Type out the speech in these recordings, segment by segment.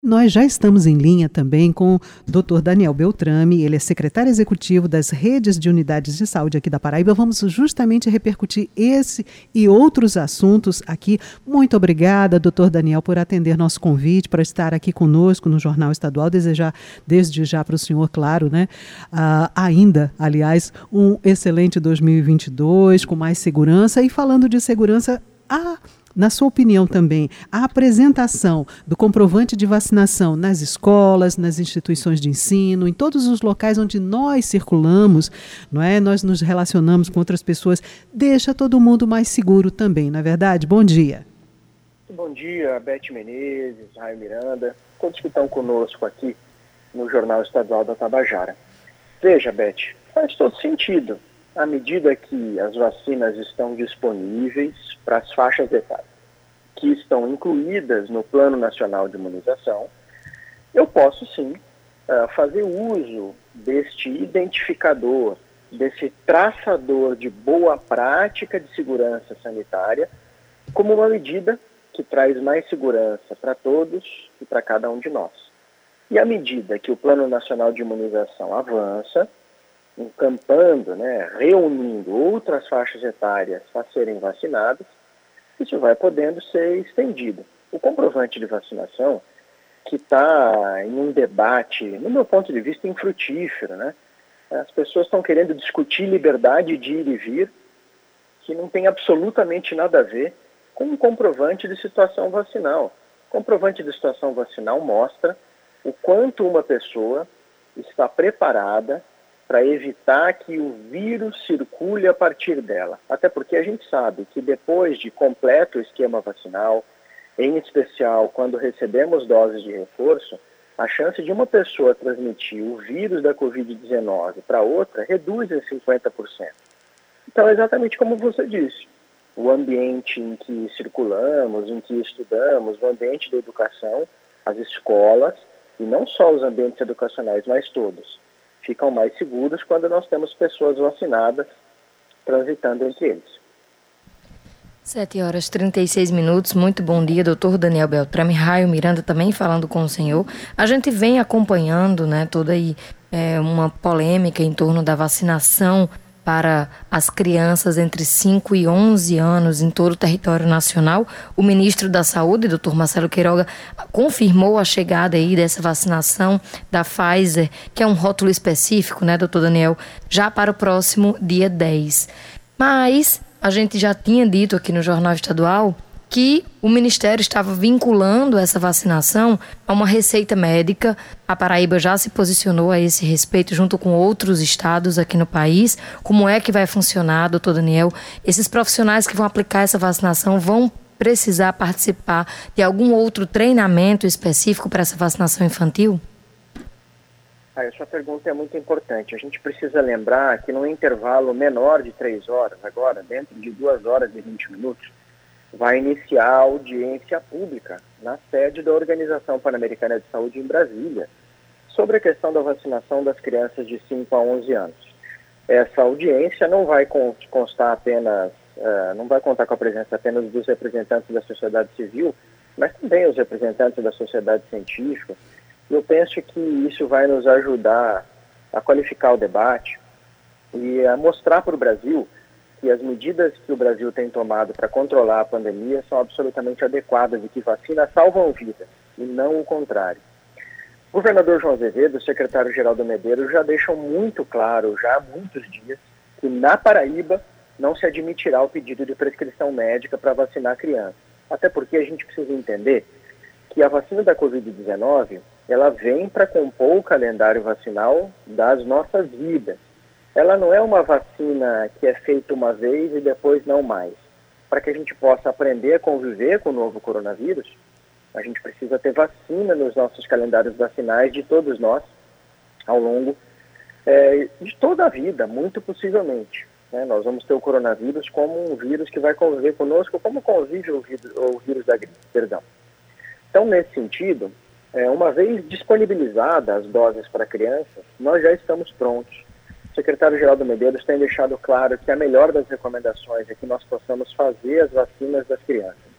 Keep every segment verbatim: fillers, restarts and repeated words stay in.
Nós já estamos em linha também com o doutor Daniel Beltrame, ele é secretário executivo das redes de unidades de saúde aqui da Paraíba. Vamos justamente repercutir esse e outros assuntos aqui. Muito obrigada, doutor Daniel, por atender nosso convite, para estar aqui conosco no Jornal Estadual. Desejar desde já para o senhor, claro, né? Uh, ainda, aliás, um excelente dois mil e vinte e dois, com mais segurança. E falando de segurança, a na sua opinião também, a apresentação do comprovante de vacinação nas escolas, nas instituições de ensino, em todos os locais onde nós circulamos, não é? Nós nos relacionamos com outras pessoas, deixa todo mundo mais seguro também, não é verdade? Bom dia. Bom dia, Beth Menezes, Raio Miranda, todos que estão conosco aqui no Jornal Estadual da Tabajara. Veja, Beth, faz todo sentido. À medida que as vacinas estão disponíveis para as faixas etárias que estão incluídas no Plano Nacional de Imunização, eu posso sim uh, fazer uso deste identificador, desse traçador de boa prática de segurança sanitária, como uma medida que traz mais segurança para todos e para cada um de nós. E à medida que o Plano Nacional de Imunização avança, encampando, né, reunindo outras faixas etárias para serem vacinadas, isso vai podendo ser estendido. O comprovante de vacinação, que está em um debate, no meu ponto de vista, infrutífero, né? As pessoas estão querendo discutir liberdade de ir e vir, que não tem absolutamente nada a ver com um comprovante de situação vacinal. O comprovante de situação vacinal mostra o quanto uma pessoa está preparada para evitar que o vírus circule a partir dela. Até porque a gente sabe que depois de completo o esquema vacinal, em especial quando recebemos doses de reforço, a chance de uma pessoa transmitir o vírus da covid dezenove para outra reduz em cinquenta por cento. Então, é exatamente como você disse, o ambiente em que circulamos, em que estudamos, o ambiente da educação, as escolas, e não só os ambientes educacionais, mas todos, ficam mais seguros quando nós temos pessoas vacinadas transitando entre eles. sete horas e trinta e seis minutos, muito bom dia, doutor Daniel Beltrame, Raio Miranda também falando com o senhor. A gente vem acompanhando, né, toda aí é, uma polêmica em torno da vacinação para as crianças entre cinco e onze anos em todo o território nacional. O ministro da Saúde, doutor Marcelo Queiroga, confirmou a chegada aí dessa vacinação da Pfizer, que é um rótulo específico, né, doutor Daniel, já para o próximo dia dez. Mas a gente já tinha dito aqui no Jornal Estadual que o Ministério estava vinculando essa vacinação a uma receita médica. A Paraíba já se posicionou a esse respeito junto com outros estados aqui no país. Como é que vai funcionar, doutor Daniel? Esses profissionais que vão aplicar essa vacinação vão precisar participar de algum outro treinamento específico para essa vacinação infantil? Ah, essa pergunta é muito importante. A gente precisa lembrar que num intervalo menor de três horas, agora, dentro de duas horas e vinte minutos, vai iniciar a audiência pública na sede da Organização Pan-Americana de Saúde em Brasília, sobre a questão da vacinação das crianças de cinco a onze anos. Essa audiência não vai constar apenas, uh, não vai contar com a presença apenas dos representantes da sociedade civil, mas também os representantes da sociedade científica. Eu penso que isso vai nos ajudar a qualificar o debate e a mostrar para o Brasil que as medidas que o Brasil tem tomado para controlar a pandemia são absolutamente adequadas e que vacinas salvam vidas, e não o contrário. O governador João Azevedo, o secretário-geral do Medeiros, já deixam muito claro, já há muitos dias, que na Paraíba não se admitirá o pedido de prescrição médica para vacinar crianças. Até porque a gente precisa entender que a vacina da covid dezenove, ela vem para compor o calendário vacinal das nossas vidas. Ela não é uma vacina que é feita uma vez e depois não mais. Para que a gente possa aprender a conviver com o novo coronavírus, a gente precisa ter vacina nos nossos calendários vacinais de todos nós, ao longo é, de toda a vida, muito possivelmente. Né? Nós vamos ter o coronavírus como um vírus que vai conviver conosco, como convive o vírus, o vírus da gripe, perdão. Então, nesse sentido, é, uma vez disponibilizadas as doses para crianças, nós já estamos prontos. O secretário-geral do Medeiros tem deixado claro que a melhor das recomendações é que nós possamos fazer as vacinas das crianças.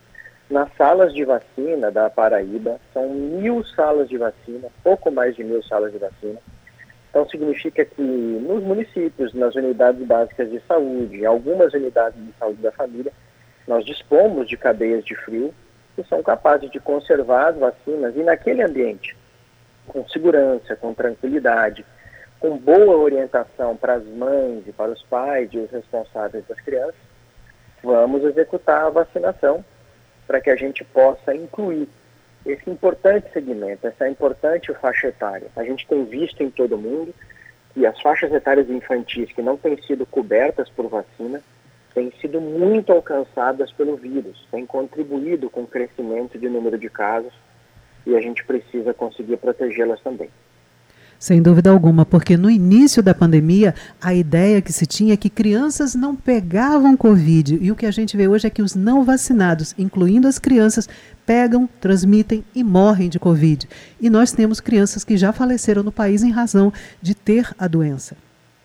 Nas salas de vacina da Paraíba, são mil salas de vacina, pouco mais de mil salas de vacina. Então, significa que nos municípios, nas unidades básicas de saúde, algumas unidades de saúde da família, nós dispomos de cadeias de frio que são capazes de conservar as vacinas e naquele ambiente, com segurança, com tranquilidade, com boa orientação para as mães e para os pais e os responsáveis das crianças, vamos executar a vacinação para que a gente possa incluir esse importante segmento, essa importante faixa etária. A gente tem visto em todo o mundo que as faixas etárias infantis que não têm sido cobertas por vacina têm sido muito alcançadas pelo vírus, têm contribuído com o crescimento de número de casos e a gente precisa conseguir protegê-las também. Sem dúvida alguma, porque no início da pandemia, a ideia que se tinha é que crianças não pegavam Covid. E o que a gente vê hoje é que os não vacinados, incluindo as crianças, pegam, transmitem e morrem de Covid. E nós temos crianças que já faleceram no país em razão de ter a doença.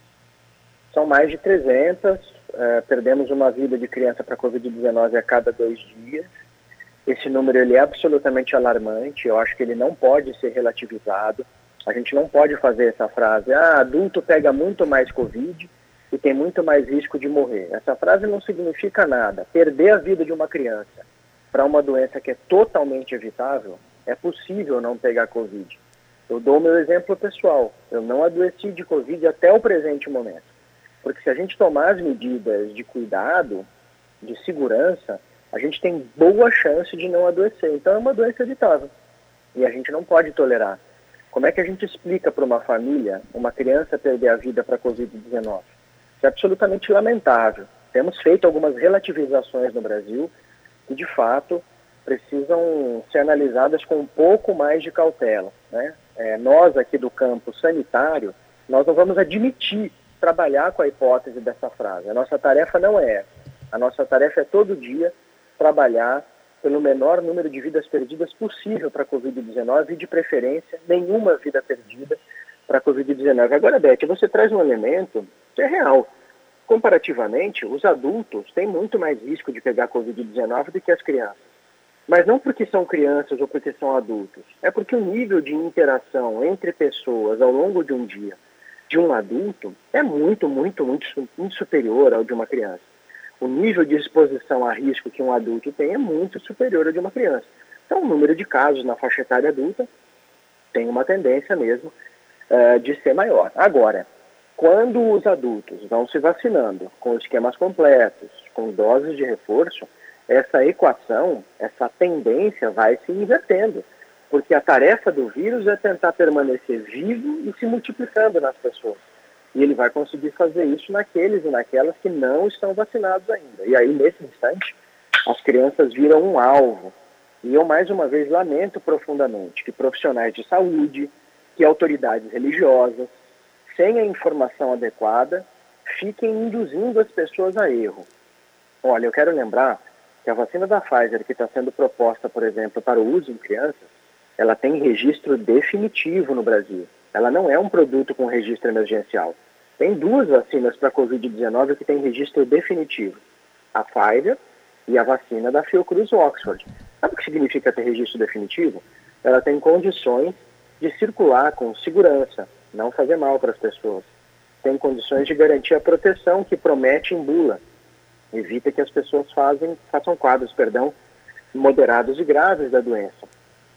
São mais de trezentas, uh, perdemos uma vida de criança para Covid dezenove a cada dois dias. Esse número ele é absolutamente alarmante, eu acho que ele não pode ser relativizado. A gente não pode fazer essa frase, ah, adulto pega muito mais Covid e tem muito mais risco de morrer. Essa frase não significa nada. Perder a vida de uma criança para uma doença que é totalmente evitável, é possível não pegar Covid. Eu dou meu exemplo pessoal. Eu não adoeci de Covid até o presente momento. Porque se a gente tomar as medidas de cuidado, de segurança, a gente tem boa chance de não adoecer. Então é uma doença evitável. E a gente não pode tolerar. Como é que a gente explica para uma família, uma criança perder a vida para Covid dezenove? Isso é absolutamente lamentável. Temos feito algumas relativizações no Brasil que, de fato, precisam ser analisadas com um pouco mais de cautela, né? É, nós aqui do campo sanitário, nós não vamos admitir trabalhar com a hipótese dessa frase. A nossa tarefa não é essa. A nossa tarefa é todo dia trabalhar pelo menor número de vidas perdidas possível para a Covid dezenove e, de preferência, nenhuma vida perdida para a Covid dezenove. Agora, Beth, você traz um elemento que é real. Comparativamente, os adultos têm muito mais risco de pegar Covid dezenove do que as crianças. Mas não porque são crianças ou porque são adultos. É porque o nível de interação entre pessoas ao longo de um dia de um adulto é muito, muito, muito, muito superior ao de uma criança. O nível de exposição a risco que um adulto tem é muito superior ao de uma criança. Então, o número de casos na faixa etária adulta tem uma tendência mesmo uh, de ser maior. Agora, quando os adultos vão se vacinando com esquemas completos, com doses de reforço, essa equação, essa tendência vai se invertendo. Porque a tarefa do vírus é tentar permanecer vivo e se multiplicando nas pessoas. E ele vai conseguir fazer isso naqueles e naquelas que não estão vacinados ainda. E aí, nesse instante, as crianças viram um alvo. E eu, mais uma vez, lamento profundamente que profissionais de saúde, que autoridades religiosas, sem a informação adequada, fiquem induzindo as pessoas a erro. Olha, eu quero lembrar que a vacina da Pfizer, que está sendo proposta, por exemplo, para o uso em crianças, ela tem registro definitivo no Brasil. Ela não é um produto com registro emergencial. Tem duas vacinas para Covid dezenove que têm registro definitivo. A Pfizer e a vacina da Fiocruz Oxford. Sabe o que significa ter registro definitivo? Ela tem condições de circular com segurança, não fazer mal para as pessoas. Tem condições de garantir a proteção que promete em bula. Evita que as pessoas fazem, façam quadros, perdão, moderados e graves da doença.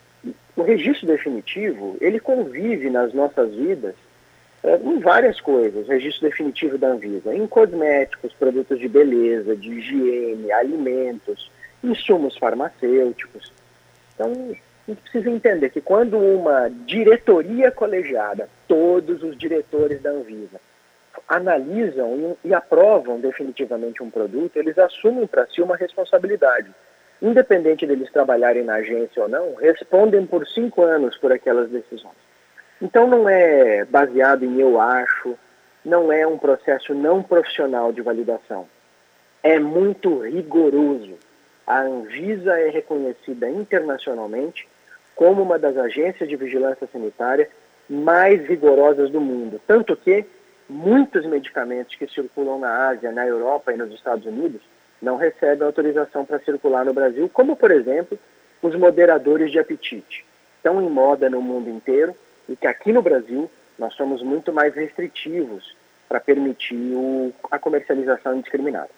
O registro definitivo, ele convive nas nossas vidas é, em várias coisas. O registro definitivo da Anvisa, em cosméticos, produtos de beleza, de higiene, alimentos, insumos farmacêuticos. Então, a gente precisa entender que quando uma diretoria colegiada, todos os diretores da Anvisa, analisam e, e aprovam definitivamente um produto, eles assumem para si uma responsabilidade. Independente deles trabalharem na agência ou não, respondem por cinco anos por aquelas decisões. Então não é baseado em eu acho, não é um processo não profissional de validação. É muito rigoroso. A Anvisa é reconhecida internacionalmente como uma das agências de vigilância sanitária mais rigorosas do mundo. Tanto que muitos medicamentos que circulam na Ásia, na Europa e nos Estados Unidos não recebem autorização para circular no Brasil, como, por exemplo, os moderadores de apetite. Estão em moda no mundo inteiro e que aqui no Brasil nós somos muito mais restritivos para permitir o, a comercialização indiscriminada.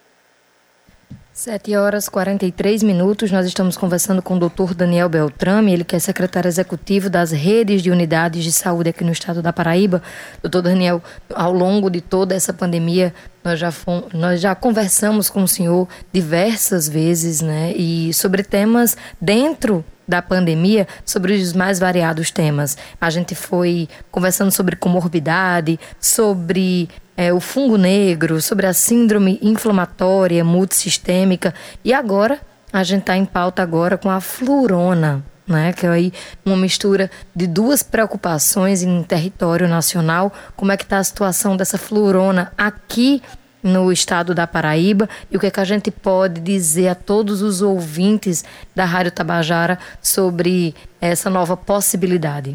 sete horas e quarenta e três minutos, nós estamos conversando com o doutor Daniel Beltrame, ele que é secretário executivo das redes de unidades de saúde aqui no estado da Paraíba. Doutor Daniel, ao longo de toda essa pandemia, nós já, fomos, nós já conversamos com o senhor diversas vezes, né, e sobre temas dentro da pandemia, sobre os mais variados temas. A gente foi conversando sobre comorbidade, sobre é, o fungo negro, sobre a síndrome inflamatória multissistêmica, e agora a gente está em pauta agora com a flurona, né, que é aí uma mistura de duas preocupações em território nacional. Como é que está a situação dessa flurona aqui no estado da Paraíba e o que é que a gente pode dizer a todos os ouvintes da Rádio Tabajara sobre essa nova possibilidade?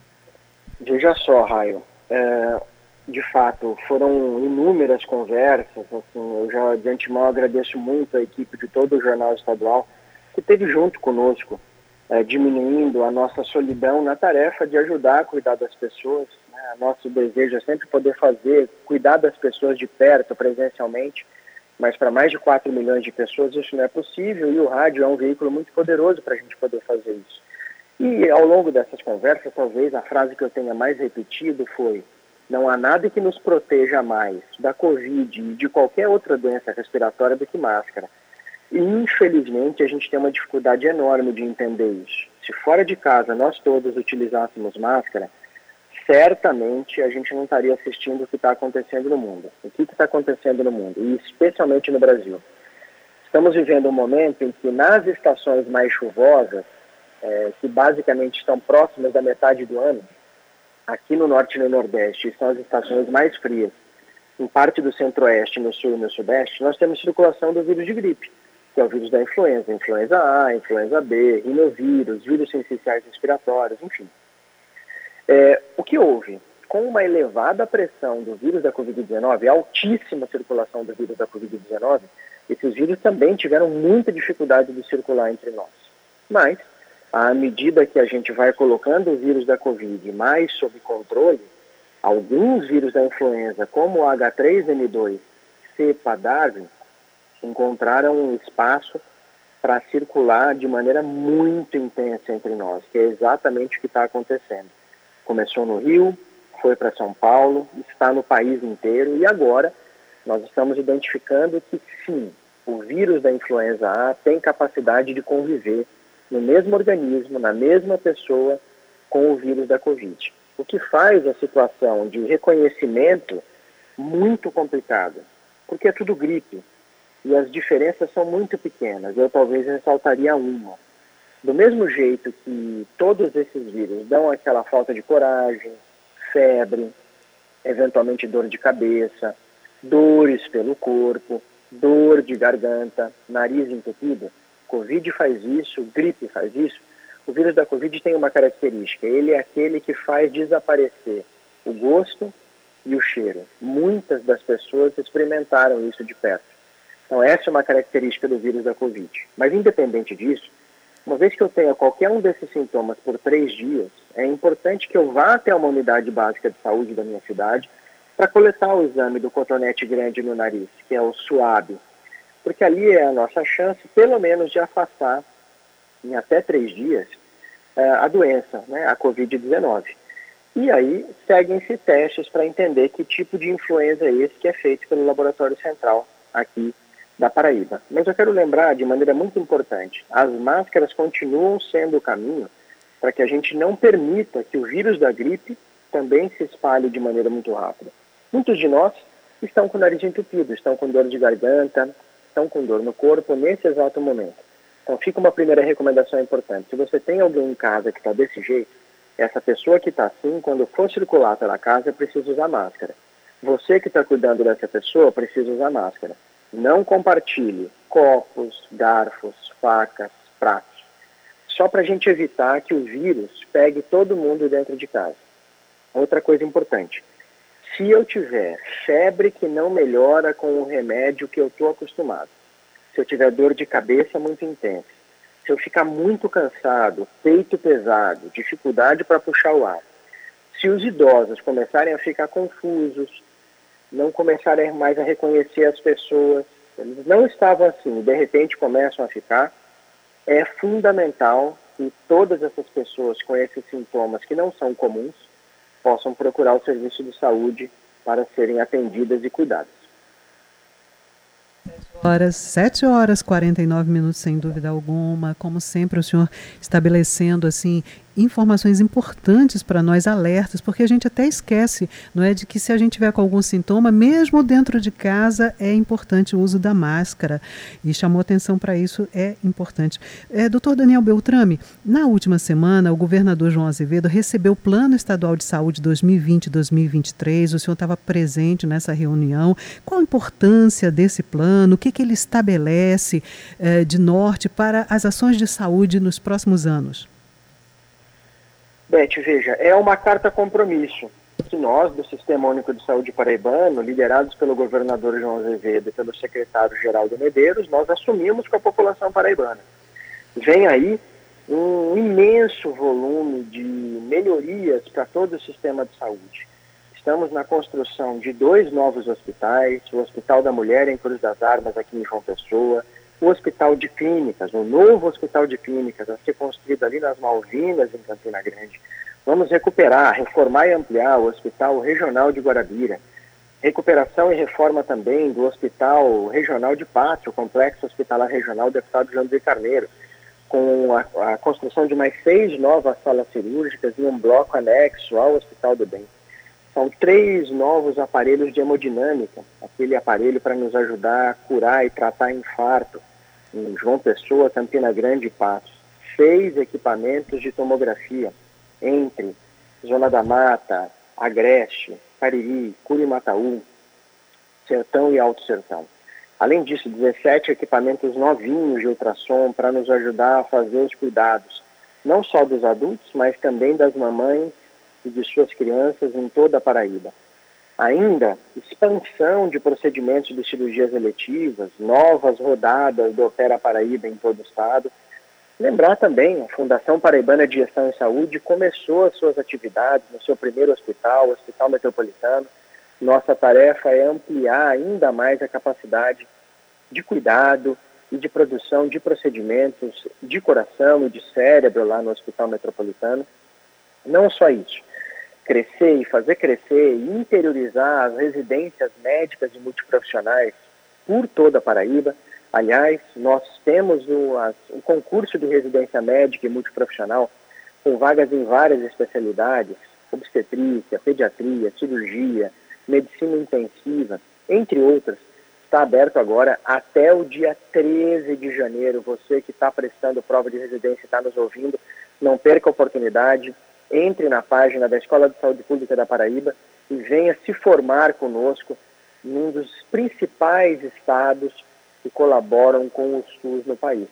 Veja só, Raio, é, de fato, foram inúmeras conversas, assim, eu já de antemão agradeço muito a equipe de todo o Jornal Estadual que esteve junto conosco, é, diminuindo a nossa solidão na tarefa de ajudar a cuidar das pessoas. Nosso desejo é sempre poder fazer, cuidar das pessoas de perto, presencialmente, mas para mais de quatro milhões de pessoas isso não é possível, e o rádio é um veículo muito poderoso para a gente poder fazer isso. E ao longo dessas conversas, talvez a frase que eu tenha mais repetido foi: não há nada que nos proteja mais da Covid e de qualquer outra doença respiratória do que máscara. E infelizmente a gente tem uma dificuldade enorme de entender isso. Se fora de casa nós todos utilizássemos máscara, certamente a gente não estaria assistindo o que está acontecendo no mundo. O que está acontecendo no mundo, e especialmente no Brasil. Estamos vivendo um momento em que nas estações mais chuvosas, é, que basicamente estão próximas da metade do ano, aqui no norte e no nordeste, são as estações mais frias, em parte do centro-oeste, no sul e no sudeste, nós temos circulação do vírus de gripe, que é o vírus da influenza, influenza A, influenza B, rinovírus, vírus sensiciais respiratórios, enfim. É, o que houve? Com uma elevada pressão do vírus da covid dezenove, altíssima circulação do vírus da covid dezenove, esses vírus também tiveram muita dificuldade de circular entre nós. Mas, à medida que a gente vai colocando o vírus da Covid mais sob controle, alguns vírus da influenza, como o H três N dois, cepa Darwin, encontraram um espaço para circular de maneira muito intensa entre nós, que é exatamente o que está acontecendo. Começou no Rio, foi para São Paulo, está no país inteiro, e agora nós estamos identificando que sim, o vírus da influenza A tem capacidade de conviver no mesmo organismo, na mesma pessoa, com o vírus da Covid. O que faz a situação de reconhecimento muito complicada, porque é tudo gripe, e as diferenças são muito pequenas. Eu talvez ressaltaria uma. Do mesmo jeito que todos esses vírus dão aquela falta de coragem, febre, eventualmente dor de cabeça, dores pelo corpo, dor de garganta, nariz entupido, Covid faz isso, gripe faz isso. O vírus da Covid tem uma característica: ele é aquele que faz desaparecer o gosto e o cheiro. Muitas das pessoas experimentaram isso de perto. Então essa é uma característica do vírus da Covid. Mas independente disso, uma vez que eu tenha qualquer um desses sintomas por três dias, é importante que eu vá até uma unidade básica de saúde da minha cidade para coletar o exame do cotonete grande no nariz, que é o SUAB, porque ali é a nossa chance, pelo menos, de afastar, em até três dias, a doença, né, a covid dezenove. E aí seguem-se testes para entender que tipo de influenza é esse que é feito pelo Laboratório Central aqui da Paraíba. Mas eu quero lembrar de maneira muito importante, as máscaras continuam sendo o caminho para que a gente não permita que o vírus da gripe também se espalhe de maneira muito rápida. Muitos de nós estão com o nariz entupido, estão com dor de garganta, estão com dor no corpo nesse exato momento. Então fica uma primeira recomendação importante. Se você tem alguém em casa que está desse jeito, essa pessoa que está assim, quando for circular pela casa, precisa usar máscara. Você que está cuidando dessa pessoa, precisa usar máscara. Não compartilhe copos, garfos, facas, pratos, só para a gente evitar que o vírus pegue todo mundo dentro de casa. Outra coisa importante: se eu tiver febre que não melhora com o remédio que eu estou acostumado, se eu tiver dor de cabeça muito intensa, se eu ficar muito cansado, peito pesado, dificuldade para puxar o ar, se os idosos começarem a ficar confusos, não começarem mais a reconhecer as pessoas, eles não estavam assim, de repente começam a ficar, é fundamental que todas essas pessoas com esses sintomas que não são comuns possam procurar o serviço de saúde para serem atendidas e cuidadas. Horas, sete horas e quarenta e nove minutos, sem dúvida alguma. Como sempre, o senhor estabelecendo assim informações importantes para nós, alertas, porque a gente até esquece, não é, de que se a gente tiver com algum sintoma, mesmo dentro de casa, é importante o uso da máscara. E chamou atenção para isso, é importante. É, doutor Daniel Beltrame, na última semana, o governador João Azevedo recebeu o Plano Estadual de Saúde dois mil e vinte a dois mil e vinte e três. O senhor estava presente nessa reunião. Qual a importância desse plano? O que, que ele estabelece eh, de norte para as ações de saúde nos próximos anos? Beth, veja, é uma carta compromisso que nós, do Sistema Único de Saúde Paraibano, liderados pelo governador João Azevedo e pelo secretário Geraldo Medeiros, nós assumimos com a população paraibana. Vem aí um imenso volume de melhorias para todo o sistema de saúde. Estamos na construção de dois novos hospitais, o Hospital da Mulher em Cruz das Armas, aqui em João Pessoa, o Hospital de Clínicas, um novo Hospital de Clínicas a ser construído ali nas Malvinas, em Campina Grande. Vamos recuperar, reformar e ampliar o Hospital Regional de Guarabira. Recuperação e reforma também do Hospital Regional de Patos, o Complexo Hospitalar Regional Deputado João de Carneiro, com a, a construção de mais seis novas salas cirúrgicas e um bloco anexo ao Hospital do Bem. São três novos aparelhos de hemodinâmica, aquele aparelho para nos ajudar a curar e tratar infarto, em João Pessoa, Campina Grande e Patos. Seis equipamentos de tomografia entre Zona da Mata, Agreste, Cariri, Curimataú, Sertão e Alto Sertão. Além disso, dezessete equipamentos novinhos de ultrassom para nos ajudar a fazer os cuidados, não só dos adultos, mas também das mamães e de suas crianças em toda a Paraíba. Ainda, expansão de procedimentos de cirurgias eletivas, novas rodadas do Opera Paraíba em todo o estado. Lembrar também, a Fundação Paraibana de Gestão em Saúde começou as suas atividades no seu primeiro hospital, o Hospital Metropolitano. Nossa tarefa é ampliar ainda mais a capacidade de cuidado e de produção de procedimentos de coração e de cérebro lá no Hospital Metropolitano. Não só isso, crescer e fazer crescer e interiorizar as residências médicas e multiprofissionais por toda a Paraíba. Aliás, nós temos o, as, o concurso de residência médica e multiprofissional com vagas em várias especialidades, obstetrícia, pediatria, cirurgia, medicina intensiva, entre outras. Está aberto agora até o dia treze de janeiro. Você que está prestando prova de residência e está nos ouvindo, não perca a oportunidade. Entre na página da Escola de Saúde Pública da Paraíba e venha se formar conosco em um dos principais estados que colaboram com o SUS no país.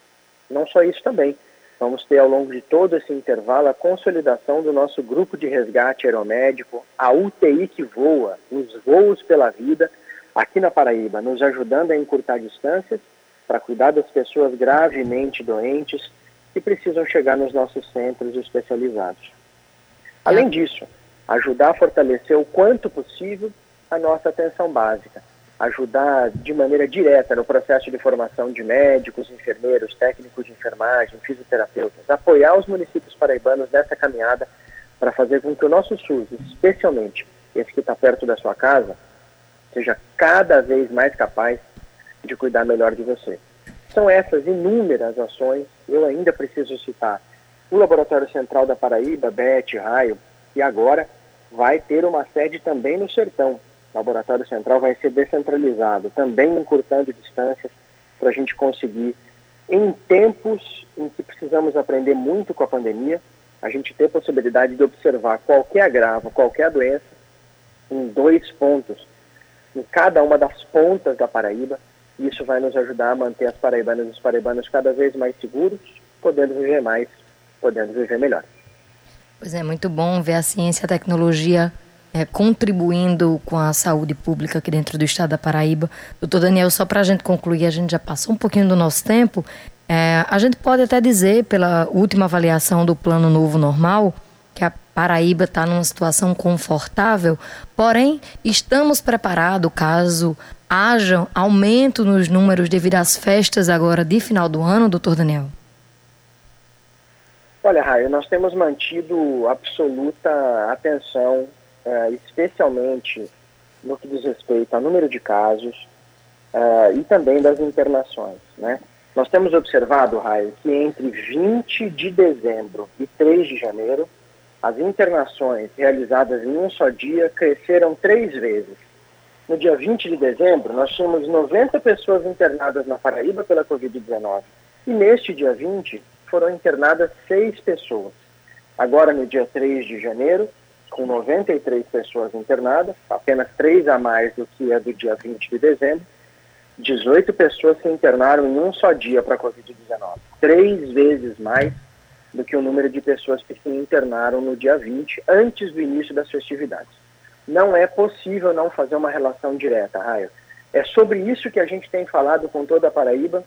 Não só isso também, vamos ter ao longo de todo esse intervalo a consolidação do nosso grupo de resgate aeromédico, a U T I que voa, os voos pela vida, aqui na Paraíba, nos ajudando a encurtar distâncias para cuidar das pessoas gravemente doentes que precisam chegar nos nossos centros especializados. Além disso, ajudar a fortalecer o quanto possível a nossa atenção básica, ajudar de maneira direta no processo de formação de médicos, enfermeiros, técnicos de enfermagem, fisioterapeutas, apoiar os municípios paraibanos nessa caminhada para fazer com que o nosso SUS, especialmente esse que está perto da sua casa, seja cada vez mais capaz de cuidar melhor de você. São essas inúmeras ações, eu ainda preciso citar o Laboratório Central da Paraíba, Beth, Raio, e agora vai ter uma sede também no Sertão. O Laboratório Central vai ser descentralizado, também encurtando distâncias para a gente conseguir, em tempos em que precisamos aprender muito com a pandemia, a gente ter possibilidade de observar qualquer agravo, qualquer doença, em dois pontos, em cada uma das pontas da Paraíba. Isso vai nos ajudar a manter as paraibanas e os paraibanos cada vez mais seguros, podendo viver mais, podendo viver melhor. Pois é, muito bom ver a ciência e a tecnologia é, contribuindo com a saúde pública aqui dentro do estado da Paraíba. Doutor Daniel, só para a gente concluir, a gente já passou um pouquinho do nosso tempo, é, a gente pode até dizer, pela última avaliação do Plano Novo Normal, que a Paraíba está numa situação confortável, porém, estamos preparados caso haja aumento nos números devido às festas agora de final do ano, doutor Daniel? Olha, Raio, nós temos mantido absoluta atenção, uh, especialmente no que diz respeito ao número de casos uh, e também das internações, né? Nós temos observado, Raio, que entre vinte de dezembro e três de janeiro, as internações realizadas em um só dia cresceram três vezes. No dia vinte de dezembro, nós tínhamos noventa pessoas internadas na Paraíba pela covid dezenove. E neste dia vinte, foram internadas seis pessoas. Agora, no dia três de janeiro, com noventa e três pessoas internadas, apenas três a mais do que a do dia vinte de dezembro, dezoito pessoas se internaram em um só dia para a covid dezenove. Três vezes mais do que o número de pessoas que se internaram no dia vinte, antes do início das festividades. Não é possível não fazer uma relação direta, Raio. É sobre isso que a gente tem falado com toda a Paraíba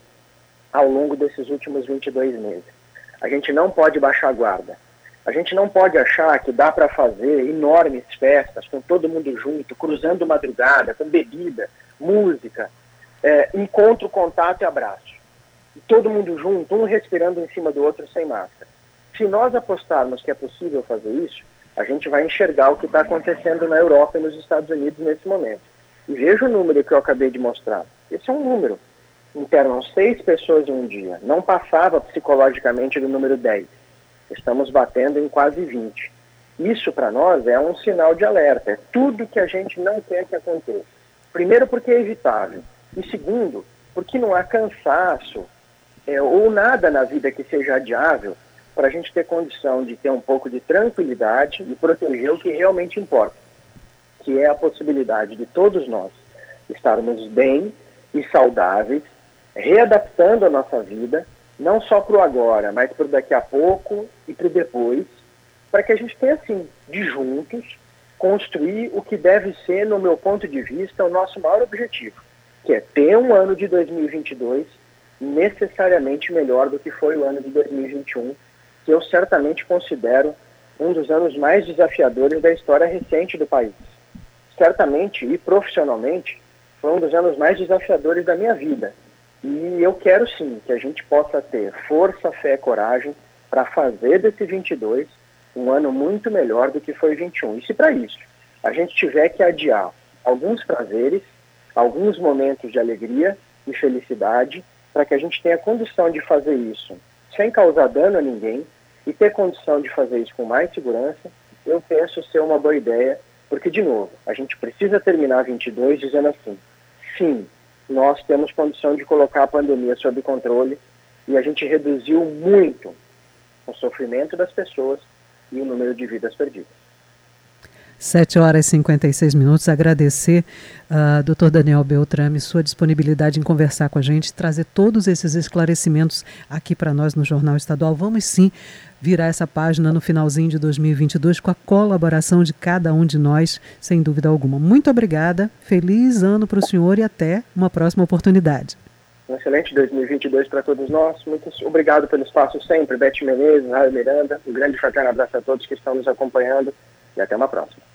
ao longo desses últimos vinte e dois meses. A gente não pode baixar a guarda. A gente não pode achar que dá para fazer enormes festas com todo mundo junto, cruzando madrugada, com bebida, música, é, encontro, contato e abraço. E todo mundo junto, um respirando em cima do outro sem máscara. Se nós apostarmos que é possível fazer isso, a gente vai enxergar o que está acontecendo na Europa e nos Estados Unidos nesse momento. E veja o número que eu acabei de mostrar. Esse é um número. Internam seis pessoas em um dia. Não passava psicologicamente do número dez. Estamos batendo em quase vinte. Isso, para nós, é um sinal de alerta. É tudo que a gente não quer que aconteça. Primeiro, porque é evitável. E segundo, porque não há cansaço é, ou nada na vida que seja adiável para a gente ter condição de ter um pouco de tranquilidade e proteger o que realmente importa, que é a possibilidade de todos nós estarmos bem e saudáveis, readaptando a nossa vida, não só para o agora, mas para o daqui a pouco e para o depois, para que a gente tenha, assim, de juntos, construir o que deve ser, no meu ponto de vista, o nosso maior objetivo, que é ter um ano de dois mil e vinte e dois necessariamente melhor do que foi o ano de dois mil e vinte e um, que eu certamente considero um dos anos mais desafiadores da história recente do país. Certamente e profissionalmente foi um dos anos mais desafiadores da minha vida. E eu quero sim que a gente possa ter força, fé e coragem para fazer desse vinte e dois um ano muito melhor do que foi vinte e um. E se para isso a gente tiver que adiar alguns prazeres, alguns momentos de alegria e felicidade, para que a gente tenha condição de fazer isso sem causar dano a ninguém e ter condição de fazer isso com mais segurança, eu penso ser uma boa ideia, porque, de novo, a gente precisa terminar vinte e dois dizendo assim, sim, nós temos condição de colocar a pandemia sob controle e a gente reduziu muito o sofrimento das pessoas e o número de vidas perdidas. sete horas e cinquenta e seis minutos. Agradecer a uh, doutor Daniel Beltrame sua disponibilidade em conversar com a gente, trazer todos esses esclarecimentos aqui para nós no Jornal Estadual. Vamos sim virar essa página no finalzinho de dois mil e vinte e dois com a colaboração de cada um de nós, sem dúvida alguma. Muito obrigada, feliz ano para o senhor e até uma próxima oportunidade. Um excelente dois mil e vinte e dois para todos nós. Muito obrigado pelo espaço sempre. Beth Menezes, Raio Miranda, um grande fraterno abraço a todos que estão nos acompanhando e até uma próxima.